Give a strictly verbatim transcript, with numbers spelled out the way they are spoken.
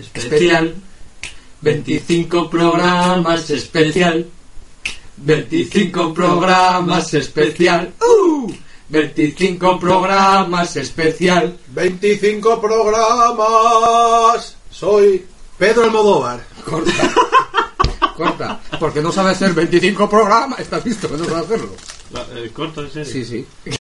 especial. veinticinco programas especial. veinticinco programas especial. ¡Uh! veinticinco programas especial. veinticinco programas. Soy Pedro Almodóvar. Corta. Corta. Porque no sabe hacer veinticinco programas. ¿Estás visto que no sabe hacerlo? La, eh, corto, en serio. Sí, sí.